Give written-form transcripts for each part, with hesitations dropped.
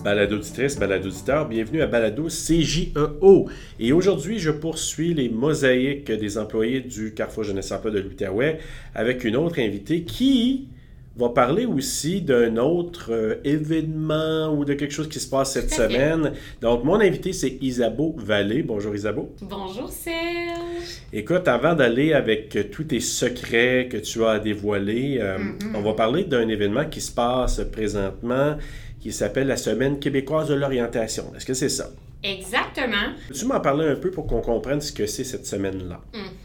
Balado-auditrice, balado-auditeur, bienvenue à Balado CJEO. Et aujourd'hui, je poursuis les mosaïques des employés du Carrefour Jeunesse Emploi de l'Outaouais avec une autre invitée qui va parler aussi d'un autre événement ou de quelque chose qui se passe cette semaine. Donc, mon invité, c'est Isabeau Vallée. Bonjour Isabeau. Bonjour Serge. Écoute, avant d'aller avec tous tes secrets que tu as à dévoiler, on va parler d'un événement qui se passe présentement qui s'appelle la Semaine québécoise de l'orientation. Est-ce que c'est ça? Exactement. Peux-tu m'en parler un peu pour qu'on comprenne ce que c'est cette semaine-là?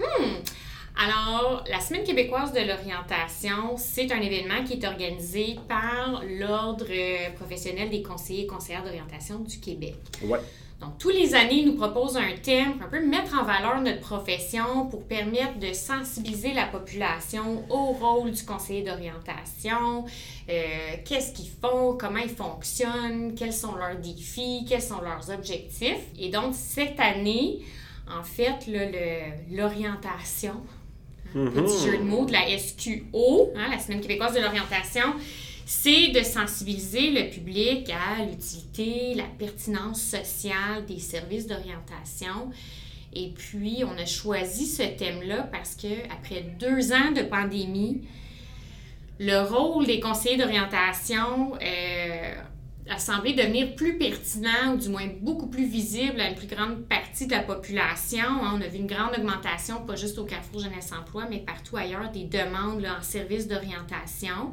Alors, la Semaine québécoise de l'orientation, c'est un événement qui est organisé par l'Ordre professionnel des conseillers et conseillères d'orientation du Québec. Ouais. Donc, tous les années, ils nous proposent un thème pour un peu mettre en valeur notre profession pour permettre de sensibiliser la population au rôle du conseiller d'orientation, qu'est-ce qu'ils font, comment ils fonctionnent, quels sont leurs défis, quels sont leurs objectifs. Et donc, cette année, en fait, là, l'orientation, petit jeu de mots de la SQO, la Semaine québécoise de l'orientation, c'est de sensibiliser le public à l'utilité, la pertinence sociale des services d'orientation. Et puis, on a choisi ce thème-là parce qu'après 2 ans de pandémie, le rôle des conseillers d'orientation a semblé devenir plus pertinent, ou du moins beaucoup plus visible à une plus grande partie de la population. On a vu une grande augmentation, pas juste au Carrefour Jeunesse Emploi, mais partout ailleurs, des demandes en services d'orientation.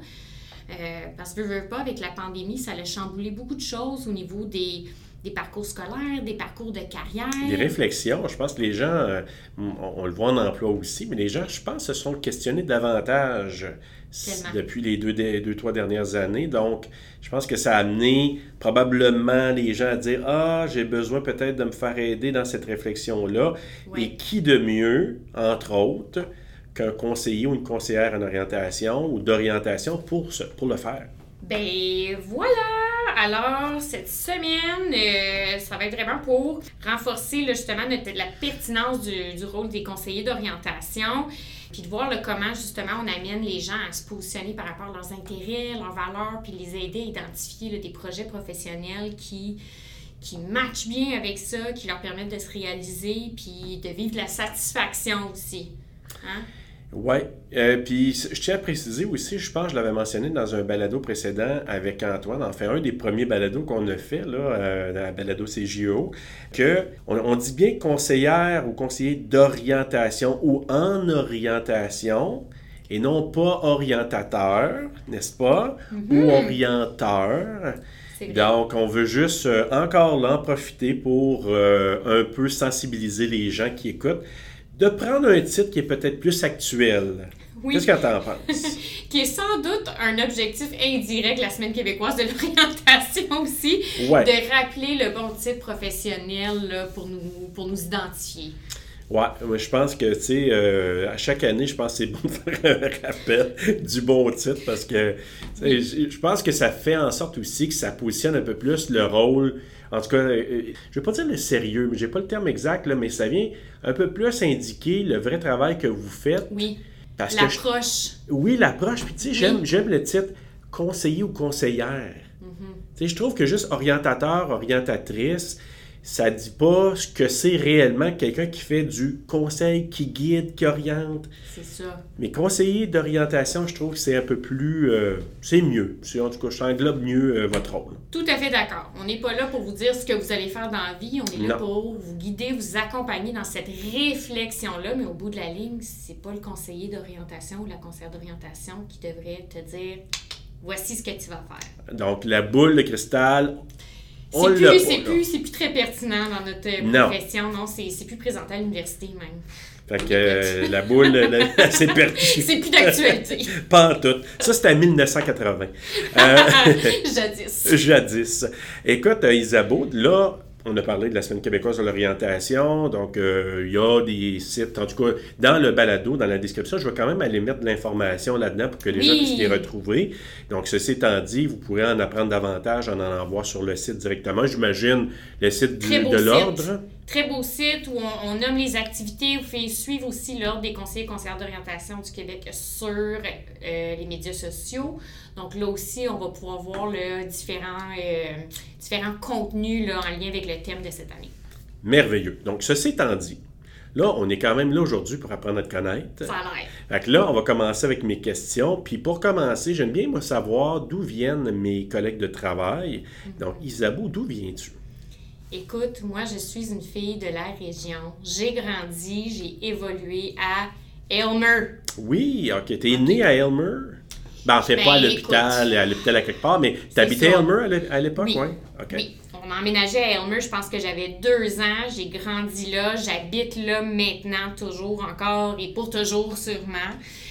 Parce que, veux pas, avec la pandémie, ça a chamboulé beaucoup de choses au niveau des parcours scolaires, des parcours de carrière. Des réflexions. Je pense que les gens, on le voit en emploi aussi, mais les gens, je pense, se sont questionnés davantage depuis les 2-3 dernières années. Donc, je pense que ça a amené probablement les gens à dire « Ah, j'ai besoin peut-être de me faire aider dans cette réflexion-là. Oui. » Et qui de mieux, entre autres, qu'un conseiller ou une conseillère en orientation ou d'orientation pour le faire? Ben voilà! Alors, cette semaine, ça va être vraiment pour renforcer justement la pertinence du rôle des conseillers d'orientation, puis de voir comment justement on amène les gens à se positionner par rapport à leurs intérêts, leurs valeurs, puis les aider à identifier des projets professionnels qui matchent bien avec ça, qui leur permettent de se réaliser, puis de vivre de la satisfaction aussi. Hein? Oui. Puis je tiens à préciser aussi, je pense que je l'avais mentionné dans un balado précédent avec Antoine, enfin un des premiers balados qu'on a fait là, dans la balado CJO, qu'on dit bien conseillère ou conseiller d'orientation ou en orientation et non pas orientateur, n'est-ce pas? Ou orienteur. Donc, on veut juste encore là en profiter pour un peu sensibiliser les gens qui écoutent, de prendre un titre qui est peut-être plus actuel. Oui. Qu'est-ce que tu en penses? Qui est sans doute un objectif indirect de la Semaine québécoise de l'orientation aussi, de rappeler le bon titre professionnel là, pour nous identifier. Ouais, je pense que, tu sais, à chaque année, je pense que c'est bon de faire un rappel du bon titre parce que je pense que ça fait en sorte aussi que ça positionne un peu plus le rôle. En tout cas, je ne vais pas dire le sérieux, mais j'ai pas le terme exact, là, mais ça vient un peu plus indiquer le vrai travail que vous faites. Oui, l'approche. Oui, l'approche. Puis tu sais, j'aime le titre conseiller ou conseillère. Tu sais, je trouve que juste orientateur, orientatrice, ça dit pas ce que c'est réellement quelqu'un qui fait du conseil, qui guide, qui oriente. C'est ça. Mais conseiller d'orientation, je trouve que c'est un peu plus... c'est mieux. En tout cas, je englobe mieux votre rôle. Tout à fait d'accord. On n'est pas là pour vous dire ce que vous allez faire dans la vie. On est là pour vous guider, vous accompagner dans cette réflexion-là. Mais au bout de la ligne, c'est pas le conseiller d'orientation ou la conseillère d'orientation qui devrait te dire « Voici ce que tu vas faire ». Donc, la boule de cristal... C'est plus très pertinent dans notre profession. Non, c'est plus présenté à l'université même. Fait que la boule, c'est perdu. C'est plus d'actualité. Pas en tout. Ça, c'était en 1980. Jadis. Écoute, Isabeau, là, on a parlé de la Semaine québécoise de l'orientation. Donc, il y a des sites, en tout cas, dans le balado, dans la description, je vais quand même aller mettre de l'information là-dedans pour que les gens puissent les retrouver. Donc, ceci étant dit, vous pourrez en apprendre davantage en allant voir sur le site directement. J'imagine le site de l'Ordre. très beau site où on nomme les activités. Vous pouvez suivre aussi l'Ordre des conseillers et conseillères d'orientation du Québec sur les médias sociaux. Donc là aussi, on va pouvoir voir différents contenus là, en lien avec le thème de cette année. Merveilleux. Donc, ceci étant dit, là, on est quand même là aujourd'hui pour apprendre à te connaître. Ça a l'air. Fait que là, on va commencer avec mes questions. Puis pour commencer, j'aime bien, moi, savoir d'où viennent mes collègues de travail. Donc, Isabeau, d'où viens-tu? Écoute, moi, je suis une fille de la région. J'ai grandi, j'ai évolué à Aylmer. Oui, OK. T'es née à Aylmer? Ben, c'est pas à l'hôpital à quelque part, mais t'habitais à Aylmer à l'époque? Oui. Ouais? OK. Oui. On a emménagé à Aylmer, je pense que j'avais 2 ans. J'ai grandi là. J'habite là maintenant, toujours, encore et pour toujours, sûrement.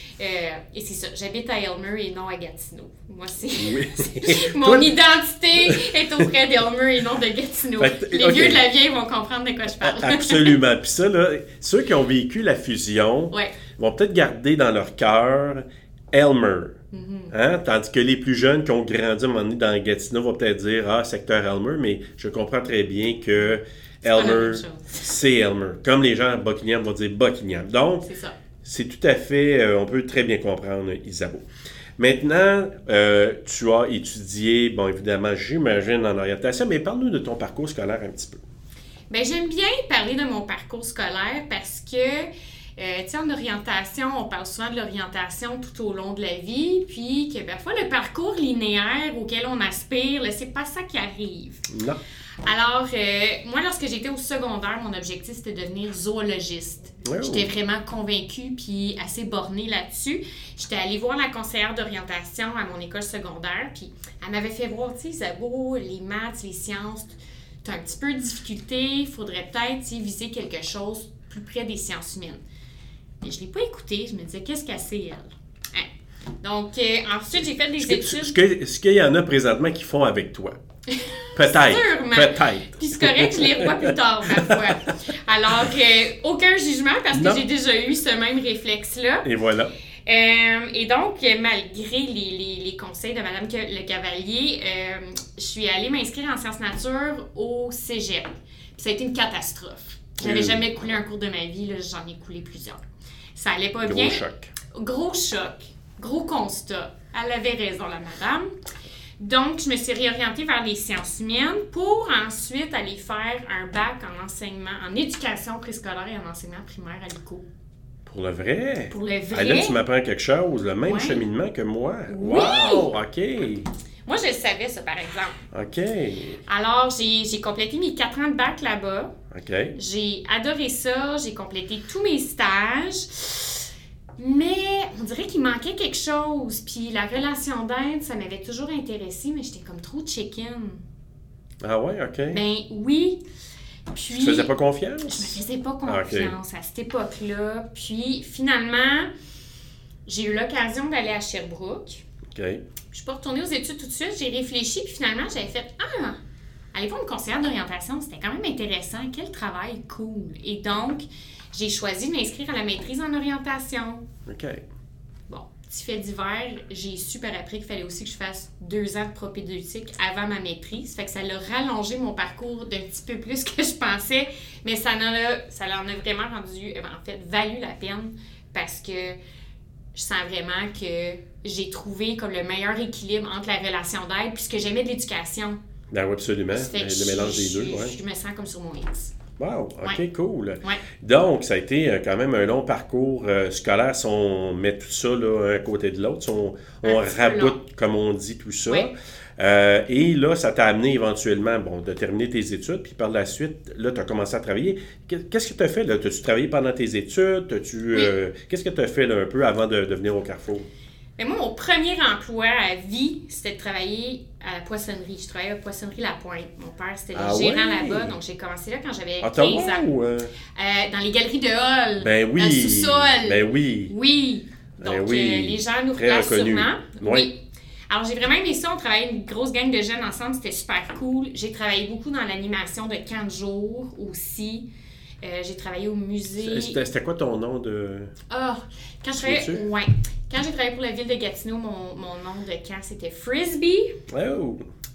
Et c'est ça, j'habite à Aylmer et non à Gatineau. Moi, c'est... Oui. Mon identité est auprès d'Aylmer et non de Gatineau. Les vieux de la vieille vont comprendre de quoi je parle. Absolument. Puis ça, là, ceux qui ont vécu la fusion vont peut-être garder dans leur cœur Aylmer. Hein? Tandis que les plus jeunes qui ont grandi à un moment donné dans Gatineau vont peut-être dire « Ah, secteur Aylmer », mais je comprends très bien que Aylmer, c'est Aylmer. Comme les gens à Buckingham vont dire Buckingham. Donc, c'est tout à fait, on peut très bien comprendre, Isabeau. Maintenant, tu as étudié, bon, évidemment, j'imagine, en orientation, mais parle-nous de ton parcours scolaire un petit peu. Bien, j'aime bien parler de mon parcours scolaire parce que, tu sais, en orientation, on parle souvent de l'orientation tout au long de la vie, puis que parfois le parcours linéaire auquel on aspire, là, c'est pas ça qui arrive. Non. Alors, moi, lorsque j'étais au secondaire, mon objectif, c'était de devenir zoologiste. Oh. J'étais vraiment convaincue puis assez bornée là-dessus. J'étais allée voir la conseillère d'orientation à mon école secondaire, puis elle m'avait fait voir, tu sais, Isabeau, les maths, les sciences, tu as un petit peu de difficulté, il faudrait peut-être viser quelque chose plus près des sciences humaines. Mais je ne l'ai pas écoutée, je me disais, qu'est-ce qu'elle sait, elle? Hein? Donc, ensuite, j'ai fait des études... Est-ce qu'il y en a présentement qui font avec toi? Peut-être. Sûrement. Peut-être. Puis c'est correct, je les revois plus tard, parfois. Alors, aucun jugement, parce que j'ai déjà eu ce même réflexe-là. Et voilà. Et donc, malgré les conseils de Mme Le Cavalier, je suis allée m'inscrire en sciences nature au cégep. Puis ça a été une catastrophe. Je n'avais jamais coulé un cours de ma vie, là, j'en ai coulé plusieurs. Ça allait pas bien. Gros choc. Gros constat. Elle avait raison, la madame. Donc, je me suis réorientée vers les sciences humaines pour ensuite aller faire un bac en enseignement, en éducation préscolaire et en enseignement primaire à l'ICO. Pour le vrai? Pour le vrai. Ah, là, tu m'apprends quelque chose, le même cheminement que moi. Oui. Wow! OK. Moi, je le savais, ça, par exemple. OK. Alors, j'ai complété mes 4 ans de bac là-bas. OK. J'ai adoré ça. J'ai complété tous mes stages. Mais on dirait qu'il manquait quelque chose. Puis la relation d'aide, ça m'avait toujours intéressée, mais j'étais comme trop chicken. Ah ouais, OK. Ben oui. Puis, tu te faisais pas confiance? Je me faisais pas confiance à cette époque-là. Puis finalement, j'ai eu l'occasion d'aller à Sherbrooke. OK. Je suis pas retournée aux études tout de suite. J'ai réfléchi, puis finalement, j'avais fait « Ah! Aller voir une conseillère d'orientation, c'était quand même intéressant. Quel travail cool! » Et donc, j'ai choisi de m'inscrire à la maîtrise en orientation. OK. Bon, petit fait divers, j'ai su par après qu'il fallait aussi que je fasse 2 ans de propédeutique avant ma maîtrise. Fait que ça l'a rallongé mon parcours d'un petit peu plus que je pensais, mais ça en a vraiment rendu, en fait, valu la peine parce que je sens vraiment que j'ai trouvé comme le meilleur équilibre entre la relation d'aide puis ce que j'aimais de l'éducation. Ben oui, absolument. Le mélange des deux, Je me sens comme sur mon X. Wow, OK, cool. Ouais. Donc, ça a été quand même un long parcours scolaire si on met tout ça là, un côté de l'autre, si on raboute, comme on dit, tout ça. Ouais. Et là, ça t'a amené éventuellement de terminer tes études, puis par la suite, là, tu as commencé à travailler. Qu'est-ce que tu as fait, là? T'as-tu travaillé pendant tes études? Qu'est-ce que tu as fait là, un peu avant de venir au Carrefour? Mais moi, mon premier emploi à vie, c'était de travailler à la poissonnerie. Je travaillais à la poissonnerie La Pointe. Mon père, c'était le gérant là-bas, donc j'ai commencé là quand j'avais 15 ans. Dans les galeries de Hall, ben oui. dans le sous-sol. Ben oui. Oui. Donc, les gens nous reconnaissent sûrement. Oui. Alors, j'ai vraiment aimé ça. On travaillait une grosse gang de jeunes ensemble. C'était super cool. J'ai travaillé beaucoup dans l'animation de camp de jour aussi. J'ai travaillé au musée. C'était quoi ton nom de... Quand j'ai travaillé pour la ville de Gatineau, mon nom de camp, c'était Frisbee. Oh!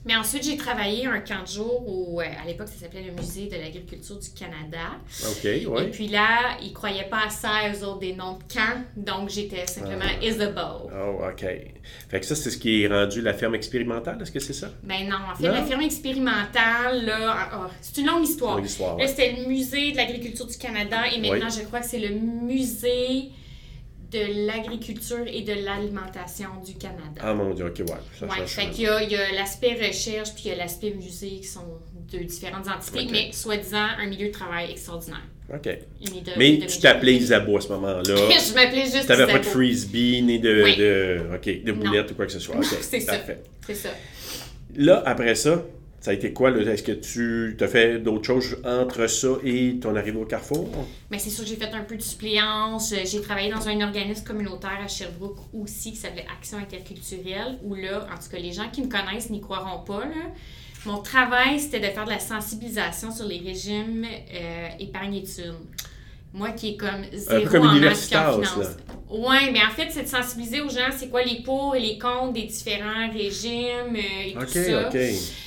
Mais ensuite, j'ai travaillé un camp de jour à l'époque, ça s'appelait le Musée de l'agriculture du Canada. OK, oui. Et puis là, ils ne croyaient pas à ça, eux autres, des noms de camps. Donc, j'étais simplement Isabelle. Oh, OK. Fait que ça, c'est ce qui est rendu la ferme expérimentale, est-ce que c'est ça? Ben non, en fait, la ferme expérimentale, là, c'est une longue histoire. Là, c'était le Musée de l'agriculture du Canada et maintenant, je crois que c'est le Musée de l'agriculture et de l'alimentation du Canada. Ah mon Dieu, OK, ouais. Fait qu'il y a l'aspect recherche puis il y a l'aspect musée qui sont deux différentes entités, mais soi-disant un milieu de travail extraordinaire. OK. Mais tu t'appelais Isabeau à ce moment-là. Je m'appelais juste Isabeau. Tu n'avais pas de frisbee ni de boulettes ou quoi que ce soit. OK, c'est parfait. C'est ça. Là, après ça, ça a été quoi? Là? Est-ce que tu as fait d'autres choses entre ça et ton arrivée au Carrefour? Bien, c'est sûr que j'ai fait un peu de suppléance. J'ai travaillé dans un organisme communautaire à Sherbrooke aussi qui s'appelait Action interculturelle, où là, en tout cas, les gens qui me connaissent n'y croiront pas, là. Mon travail, c'était de faire de la sensibilisation sur les régimes épargne-études. Moi qui est comme zéro un peu comme en universitaire, finance. Oui, mais en fait, c'est de sensibiliser aux gens c'est quoi les pour et les contre des différents régimes et tout ça. OK.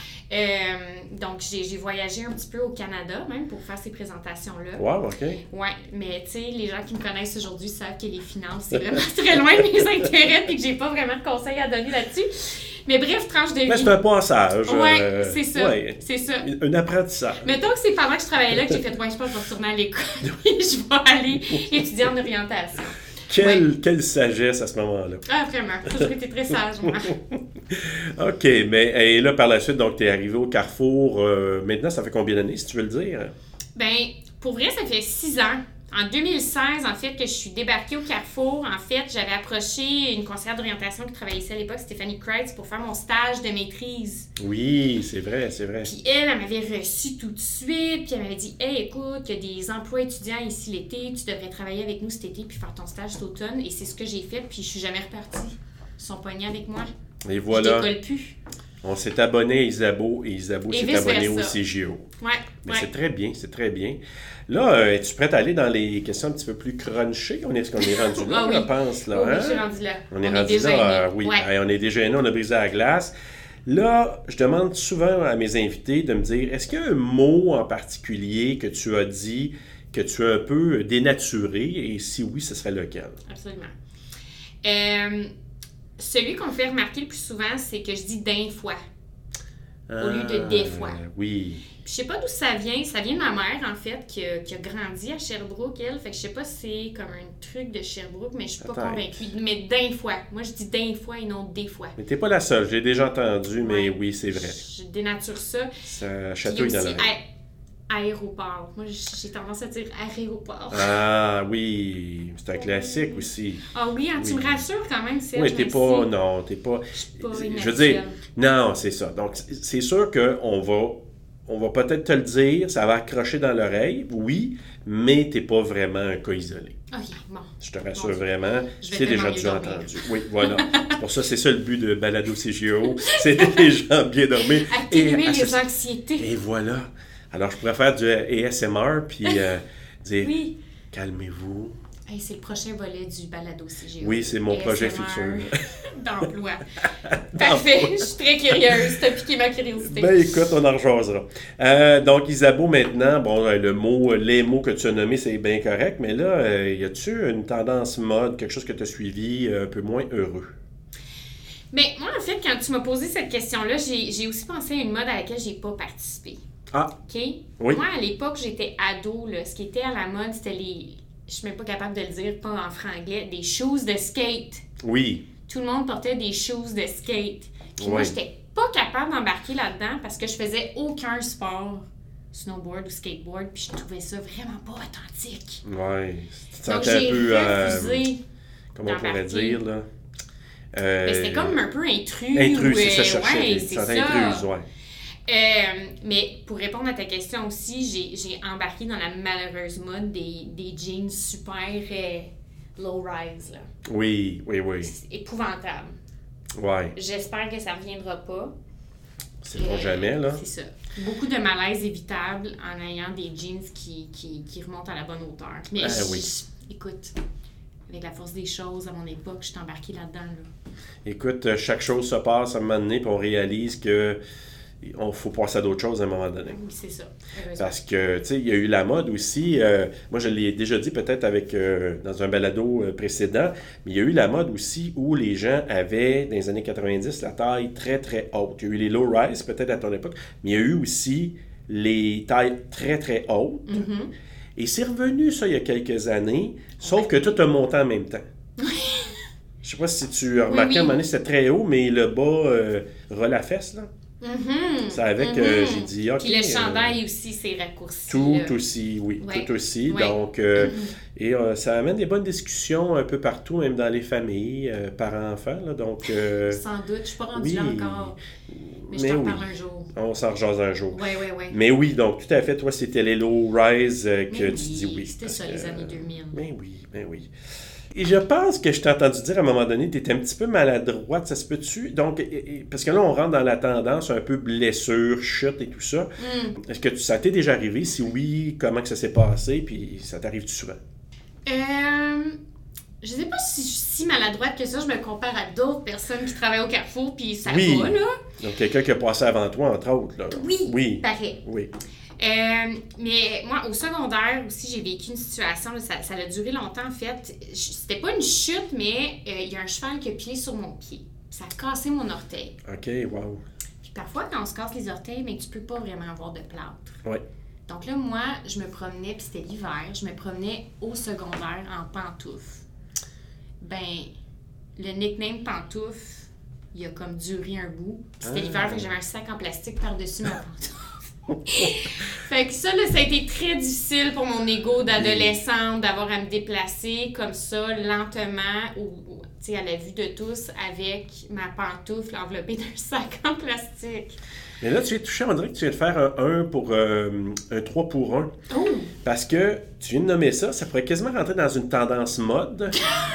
Donc, j'ai voyagé un petit peu au Canada, même, pour faire ces présentations-là. Wow, OK. Oui, mais tu sais, les gens qui me connaissent aujourd'hui savent que les finances, c'est vraiment très loin de mes intérêts et que j'ai pas vraiment de conseils à donner là-dessus. Mais bref, tranche de vie. Mais c'est un passage. Oui, c'est ça. Ouais. C'est ça. Un apprentissage. Mettons que c'est pendant que je travaillais là que j'ai fait, je pense que je vais retourner à l'école et je vais aller étudier en orientation. Quelle sagesse à ce moment-là. Ah, vraiment. J'ai toujours été très sage, moi. OK, mais et là, par la suite, donc, tu es arrivé au Carrefour. Maintenant, ça fait combien d'années, si tu veux le dire? Bien, pour vrai, ça fait 6 ans. En 2016, en fait, que je suis débarquée au Carrefour, en fait, j'avais approché une conseillère d'orientation qui travaillait ici à l'époque, Stéphanie Kreitz, pour faire mon stage de maîtrise. Oui, c'est vrai. Puis elle m'avait reçue tout de suite, puis elle m'avait dit « Hey, écoute, il y a des emplois étudiants ici l'été, tu devrais travailler avec nous cet été puis faire ton stage cet automne. » Et c'est ce que j'ai fait, puis je suis jamais repartie. Ils sont pognés avec moi. Et voilà. Je décolle plus. On s'est abonné à Isabeau et Isabeau s'est abonné au CGO. Ouais. Mais c'est très bien, c'est très bien. Là, es-tu prête à aller dans les questions un petit peu plus crunchées? Est-ce qu'on est rendu là, je pense? Là, oui, je suis rendu là. On est rendu là, oui. Ouais. On est déjà aînés, on a brisé la glace. Là, je demande souvent à mes invités de me dire, est-ce qu'il y a un mot en particulier que tu as dit, que tu as un peu dénaturé? Et si oui, ce serait lequel? Absolument. Celui qu'on me fait remarquer le plus souvent, c'est que je dis d'un fois au lieu de des fois. Oui. Puis, je sais pas d'où ça vient. Ça vient de ma mère, en fait, qui a grandi à Sherbrooke, elle. Fait que je sais pas si c'est comme un truc de Sherbrooke, mais je suis pas convaincue. Mais d'un fois. Moi, je dis d'un fois et non des fois. Mais t'es pas la seule. J'ai déjà entendu, mais oui, c'est vrai. Je dénature ça. Ça chatouille dans la aéroport. Moi, j'ai tendance à dire aéroport. Ah oui, c'est un classique aussi. Ah oui, hein, tu me rassures quand même, Serge. Oui, t'es pas... Non, t'es pas... Je suis pas je veux dire, non, c'est ça. Donc, c'est sûr qu'on va peut-être te le dire, ça va accrocher dans l'oreille, oui, mais t'es pas vraiment un cas isolé. OK, bon. Je te rassure vraiment, c'est déjà dû entendu. Oui, voilà. C'est pour ça, c'est ça le but de Balado CGO, c'est d'aider les gens bien dormir. Atténuer les anxiétés. Et voilà. Alors, je pourrais faire du ASMR, puis dire, calmez-vous. Hey, c'est le prochain volet du Balado CGO. Oui, c'est mon projet futur. D'emploi. Parfait, je suis très curieuse. T'as piqué ma curiosité. Ben écoute, on en rejasera. Donc, Isabeau, maintenant, bon, les mots que tu as nommés, c'est bien correct, mais là, y a-tu une tendance mode, quelque chose que tu as suivi un peu moins heureux? Mais moi, en fait, quand tu m'as posé cette question-là, j'ai aussi pensé à une mode à laquelle j'ai pas participé. Ah! OK? Oui. Moi, à l'époque, j'étais ado, là, ce qui était à la mode, c'était je suis même pas capable de le dire, pas en franglais, des shoes de skate. Oui. Tout le monde portait des shoes de skate. Puis moi, j'étais pas capable d'embarquer là-dedans parce que je faisais aucun sport, snowboard ou skateboard, puis je trouvais ça vraiment pas authentique. Oui. Tu te Donc, sentais j'ai refusé comment on pourrait dire, là? Mais c'était comme un peu intrus. Intrus, c'est ça, je cherchais. Ouais, c'est ça. Intrus, ouais. Mais pour répondre à ta question aussi, j'ai embarqué dans la malheureuse mode des jeans super low-rise. Là. Oui. C'est épouvantable. Ouais. J'espère que ça ne reviendra pas. C'est pour jamais, là. C'est ça. Beaucoup de malaise évitable en ayant des jeans qui remontent à la bonne hauteur. Mais oui. écoute, avec la force des choses, à mon époque, je suis embarquée là-dedans. Là. Écoute, chaque chose se passe à un moment donné, puis on réalise que faut passer à d'autres choses à un moment donné. Oui, c'est ça. Parce que, tu sais, il y a eu la mode aussi. Moi, je l'ai déjà dit peut-être dans un balado précédent, mais il y a eu la mode aussi où les gens avaient, dans les années 90, la taille très, très haute. Il y a eu les low-rise, peut-être à ton époque, mais il y a eu aussi les tailles très, très hautes. Mm-hmm. Et c'est revenu, ça, il y a quelques années, sauf que tout a monté en même temps. Je sais pas si tu as remarqué, à un moment donné, c'était très haut, mais le bas ras la fesse, là. Mm-hmm. C'est avec, j'ai dit, OK. Puis le chandail aussi, c'est raccourci. Tout aussi, oui. Ouais. Tout aussi. Ouais. Donc, et ça amène des bonnes discussions un peu partout, même dans les familles, parents-enfants. Là, donc, sans doute. Je ne suis pas rendue là encore. Mais je t'en parle un jour. On s'en rejase un jour. Oui. Mais oui, donc, tout à fait, toi, c'était les low-rise que tu dis oui. C'était ça, les années 2000. Mais oui. Et je pense que je t'ai entendu dire à un moment donné, tu étais un petit peu maladroite, ça se peut-tu? Donc, parce que là, on rentre dans la tendance un peu blessure, chute et tout ça. Est-ce que ça t'est déjà arrivé? Si oui, comment que ça s'est passé? Puis ça t'arrive-tu souvent? Je sais pas si je suis si maladroite que ça. Je me compare à d'autres personnes qui travaillent au Carrefour, puis ça Oui. va, là. Donc, quelqu'un qui a passé avant toi, entre autres. Là. Oui. Pareil. Oui. Mais moi, au secondaire aussi, j'ai vécu une situation, là, ça a duré longtemps en fait. C'était pas une chute, mais il y a un cheval qui a pilé sur mon pied. Ça a cassé mon orteil. OK, wow. Puis parfois, quand on se casse les orteils, mais tu peux pas vraiment avoir de plâtre. Oui. Donc là, moi, je me promenais, puis c'était l'hiver, je me promenais au secondaire en pantoufles. Ben, le nickname pantoufle, il a comme duré un bout. Puis c'était l'hiver, fait que j'avais un sac en plastique par-dessus ma pantoufle. Fait que ça, là, ça a été très difficile pour mon ego d'adolescente d'avoir à me déplacer comme ça, lentement, ou tu sais, à la vue de tous, avec ma pantoufle enveloppée d'un sac en plastique. Mais là, tu es touché, on dirait que tu viens de faire un 3 pour 1. Oh! Parce que tu viens de nommer ça pourrait quasiment rentrer dans une tendance mode.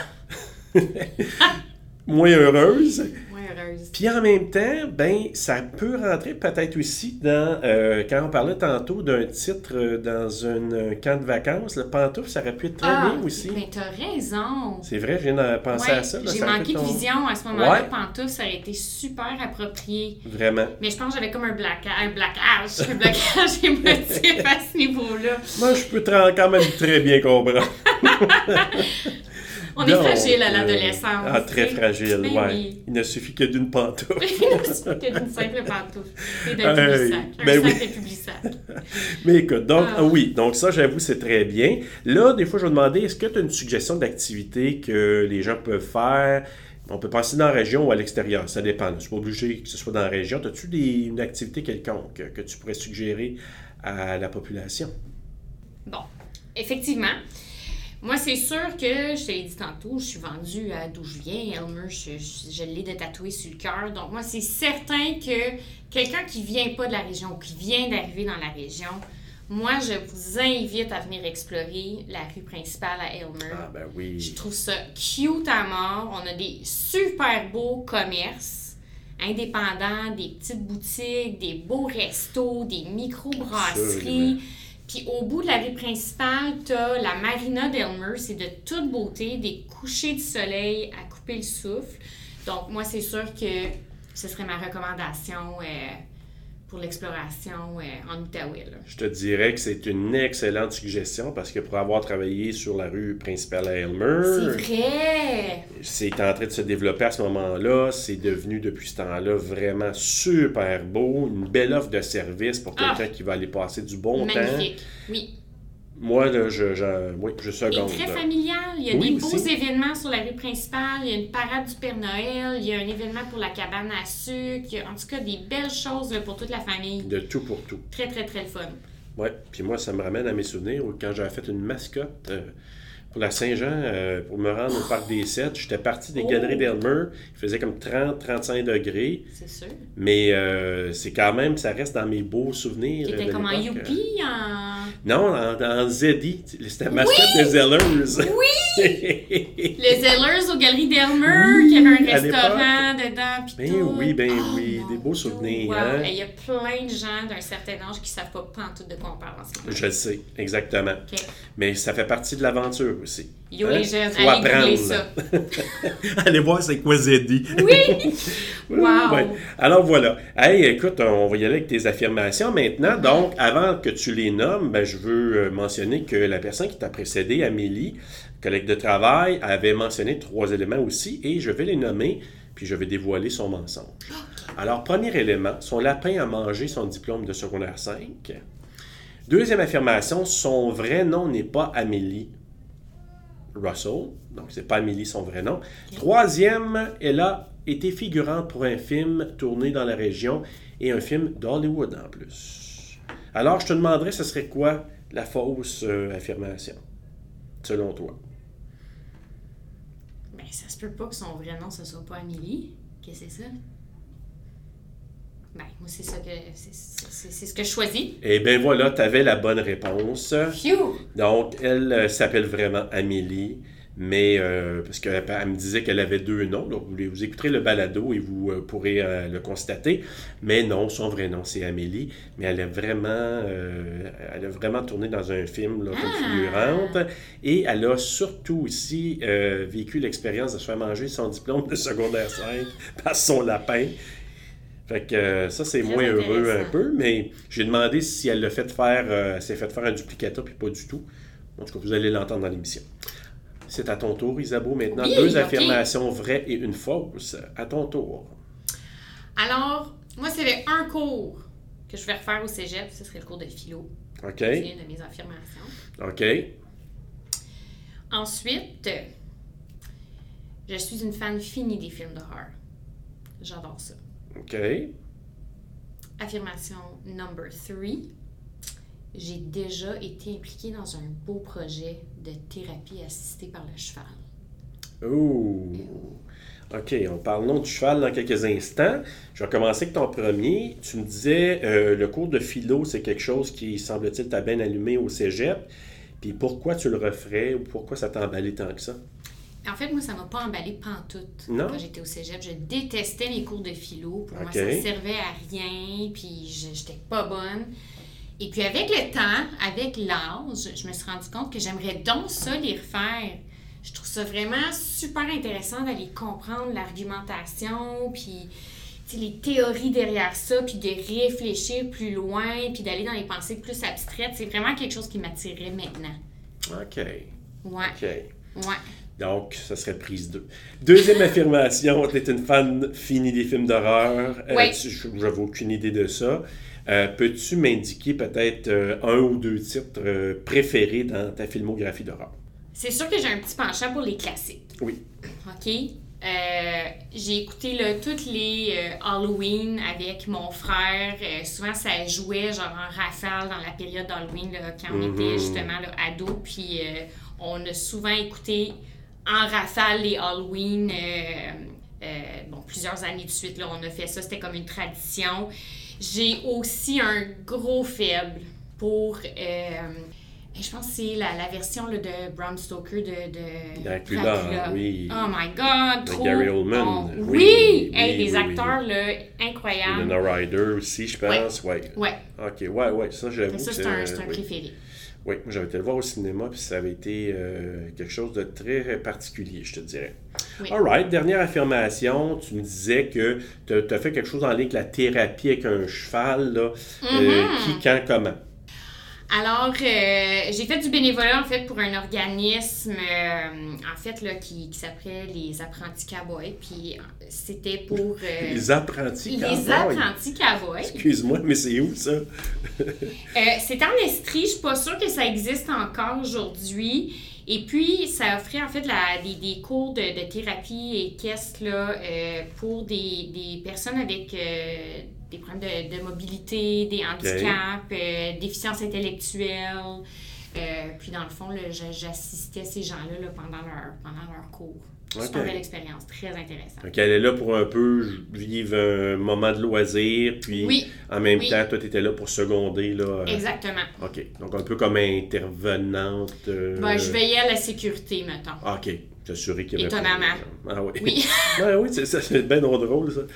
Moins heureuse. Puis en même temps, ben ça peut rentrer peut-être aussi dans, quand on parlait tantôt d'un titre dans un camp de vacances, le pantoufle, ça aurait pu être très bien aussi. Mais t'as raison. C'est vrai, je viens de penser à ça. Là, j'ai ça manqué de vision à ce moment-là. Pantoufle, ça aurait été super approprié. Vraiment. Mais je pense que j'avais comme un blocage émotif à ce niveau-là. Moi, je peux quand même très bien comprendre. On est fragile à l'adolescence. Ah, très fragile, mais oui. Il ne suffit que d'une pantoufle. Il ne suffit que d'une simple pantoufle. Et d'un public-sac. Sac de public-sac. Mais écoute, donc, oui, donc ça, j'avoue, c'est très bien. Là, des fois, je vais demander, est-ce que tu as une suggestion d'activité que les gens peuvent faire? On peut passer dans la région ou à l'extérieur, ça dépend. C'est pas obligé que ce soit dans la région. As-tu une activité quelconque que tu pourrais suggérer à la population? Bon, effectivement. Moi, c'est sûr que, je te l'ai dit tantôt, je suis vendue à d'où je viens. Aylmer, je l'ai de tatoué sur le cœur. Donc, moi, c'est certain que quelqu'un qui vient pas de la région ou qui vient d'arriver dans la région, moi, je vous invite à venir explorer la rue principale à Aylmer. Ah, ben oui. Je trouve ça cute à mort. On a des super beaux commerces indépendants, des petites boutiques, des beaux restos, des micro-brasseries. Puis au bout de la rue principale, t'as la marina d'Aylmer, c'est de toute beauté, des couchers de soleil à couper le souffle. Donc moi, c'est sûr que ce serait ma recommandation pour l'exploration en Outaouais. Là. Je te dirais que c'est une excellente suggestion parce que pour avoir travaillé sur la rue principale à Aylmer... C'est vrai! C'est en train de se développer à ce moment-là. C'est devenu depuis ce temps-là vraiment super beau. Une belle offre de service pour quelqu'un qui va aller passer du bon temps. Magnifique, oui. Moi, là, je seconde. Et très familial. Il y a des beaux événements sur la rue principale. Il y a une parade du Père Noël. Il y a un événement pour la cabane à sucre. Il y a en tout cas des belles choses là, pour toute la famille. De tout pour tout. Très, très, très fun. Oui. Puis moi, ça me ramène à mes souvenirs où quand j'avais fait une mascotte pour la Saint-Jean, pour me rendre au Parc des Sept, j'étais parti des Galeries d'Aylmer. Il faisait comme 30-35 degrés. C'est sûr. Mais c'est quand même, ça reste dans mes beaux souvenirs. C'était comme en Youpi, Non, en Zeddy. C'était la mascotte des Zellers. Oui! Le Zellers aux Galeries d'Elmer, qui avait un restaurant dedans, puis tout. Oui, Oh, oui, des beaux souvenirs. Wow. Hein? Il y a plein de gens d'un certain âge qui ne savent pas pantoute de quoi on parle en ce moment. Je le sais, exactement. Okay. Mais ça fait partie de l'aventure aussi. Yo, les jeunes, faut allez apprendre. googler ça. Allez voir c'est quoi ZD. Oui! Wow! Ouais. Alors voilà. Hey, écoute, on va y aller avec tes affirmations maintenant. Donc, avant que tu les nommes, je veux mentionner que la personne qui t'a précédé, Amélie, collègue de travail, avait mentionné 3 éléments aussi et je vais les nommer, puis je vais dévoiler son mensonge. Alors, premier élément, son lapin a mangé son diplôme de secondaire 5. Deuxième affirmation, son vrai nom n'est pas Amélie Russell, donc c'est pas Amélie son vrai nom. Okay. Troisième, elle a été figurante pour un film tourné dans la région et un film d'Hollywood en plus. Alors, je te demanderais, ce serait quoi la fausse affirmation, selon toi? Ben, ça se peut pas que son vrai nom, ce soit pas Amélie. Qu'est-ce que c'est ça? Ben, moi, c'est ça que... C'est ce que je choisis. Eh bien, voilà, tu avais la bonne réponse. Phew! Donc, elle s'appelle vraiment Amélie, mais parce qu'elle me disait qu'elle avait 2 noms, donc vous écouterez le balado et vous pourrez le constater. Mais non, son vrai nom, c'est Amélie, mais elle a vraiment tourné dans un film là, comme figurante, et elle a surtout aussi vécu l'expérience de se faire manger son diplôme de secondaire 5 par son lapin. Fait que ça, c'est moins heureux un peu, mais j'ai demandé si elle s'est fait faire un duplicata, puis pas du tout. En tout cas, vous allez l'entendre dans l'émission. C'est à ton tour, Isabeau, maintenant. Oui, 2 affirmations vraies et une fausse. À ton tour. Alors, moi, c'est un cours que je vais refaire au cégep. Ce serait le cours de philo. OK. C'est une de mes affirmations. OK. Ensuite, je suis une fan finie des films d'horreur. J'adore ça. OK. Affirmation number 3. J'ai déjà été impliquée dans un beau projet de thérapie assistée par le cheval. Oh! OK, on parle du cheval dans quelques instants. Je vais commencer avec ton premier. Tu me disais, le cours de philo, c'est quelque chose qui, semble-t-il, t'a bien allumé au cégep. Puis pourquoi tu le referais ou pourquoi ça t'a emballé tant que ça? En fait, moi, ça m'a pas emballé pantoute quand j'étais au cégep. Je détestais les cours de philo. Pour moi, ça ne servait à rien, puis j'étais pas bonne. Et puis avec le temps, avec l'âge, je me suis rendu compte que j'aimerais donc ça les refaire. Je trouve ça vraiment super intéressant d'aller comprendre l'argumentation, puis les théories derrière ça, puis de réfléchir plus loin, puis d'aller dans les pensées plus abstraites. C'est vraiment quelque chose qui m'attirait maintenant. OK. Ouais. OK. Ouais. Donc, ça serait prise 2. Deuxième affirmation, tu es une fan finie des films d'horreur. Oui. Je n'avais aucune idée de ça. Peux-tu m'indiquer peut-être 1 ou 2 titres préférés dans ta filmographie d'horreur? C'est sûr que j'ai un petit penchant pour les classiques. Oui. OK. J'ai écouté toutes les Halloween avec mon frère. Souvent, ça jouait genre en rafale dans la période d'Halloween là, quand on était justement là, ados. Puis on a souvent écouté en rafale les Halloween. Plusieurs années de suite, là, on a fait ça. C'était comme une tradition. J'ai aussi un gros faible pour... je pense que c'est la version là, de Bram Stoker de Dracula. Oui. Oh my God! De Gary Oldman. Bon. Oui! Des acteurs là, incroyables. Winona Ryder aussi, je pense. Ouais. OK, ouais. Ça, j'avoue. Ça, c'est un préféré. Oui, moi j'avais été le voir au cinéma, puis ça avait été quelque chose de très particulier, je te dirais. Oui. All right, dernière affirmation, tu me disais que tu as fait quelque chose en lien avec la thérapie avec un cheval, là. Qui, quand, comment? Alors, j'ai fait du bénévolat, en fait, pour un organisme, qui s'appelait les Apprentis Cowboys. Puis, c'était pour... les Apprentis Cowboys? Les Apprentis Cowboys. Excuse-moi, mais c'est où, ça? C'était en Estrie. Je suis pas sûre que ça existe encore aujourd'hui. Et puis, ça offrait, en fait, des cours de thérapie équestre là, pour des personnes avec... des problèmes de mobilité, des handicaps, déficiences intellectuelles. Puis dans le fond, j'assistais ces gens-là là, pendant leur cours. Super belle expérience, très intéressante. Donc, elle est là pour un peu vivre un moment de loisir, puis en même temps, toi, tu étais là pour seconder. Là, Exactement. OK. Donc, un peu comme intervenante. Je veillais à la sécurité, mettons. OK. T'assurer qu'il y avait étonnamment. Ah oui. Oui. Oui, c'est bien drôle, ça.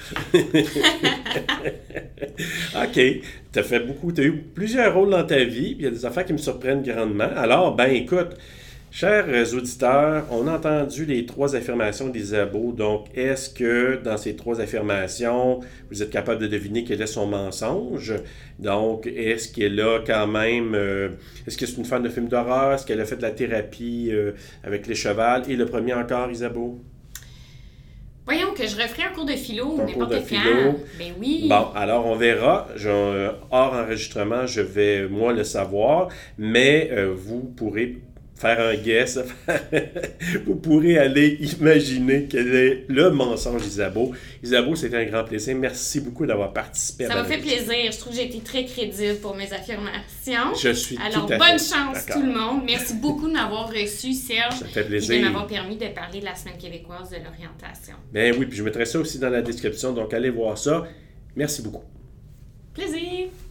OK. T'as eu plusieurs rôles dans ta vie, puis il y a des affaires qui me surprennent grandement. Alors, écoute, chers auditeurs, on a entendu les 3 affirmations d'Isabeau. Donc, est-ce que dans ces 3 affirmations, vous êtes capable de deviner quel est son mensonge? Donc, est-ce qu'elle a quand même... est-ce que c'est une fan de films d'horreur? Est-ce qu'elle a fait de la thérapie avec les chevals? Et le premier encore, Isabeau? Voyons que je referai un cours de philo ou n'importe quand. Ben oui. Bon, alors on verra. Hors enregistrement, je vais, moi, le savoir. Mais vous pourrez... faire un guess, vous pourrez aller imaginer quel est le mensonge d'Isabeau. Isabeau, c'était un grand plaisir. Merci beaucoup d'avoir participé. Ça m'a fait plaisir. Je trouve que j'ai été très crédible pour mes affirmations. Je suis Alors, tout à bonne fait chance tout le monde. Merci beaucoup de m'avoir reçu, Serge. Ça fait plaisir. Et de m'avoir permis de parler de la Semaine québécoise de l'orientation. Ben oui, puis je mettrai ça aussi dans la description, donc allez voir ça. Merci beaucoup. Plaisir!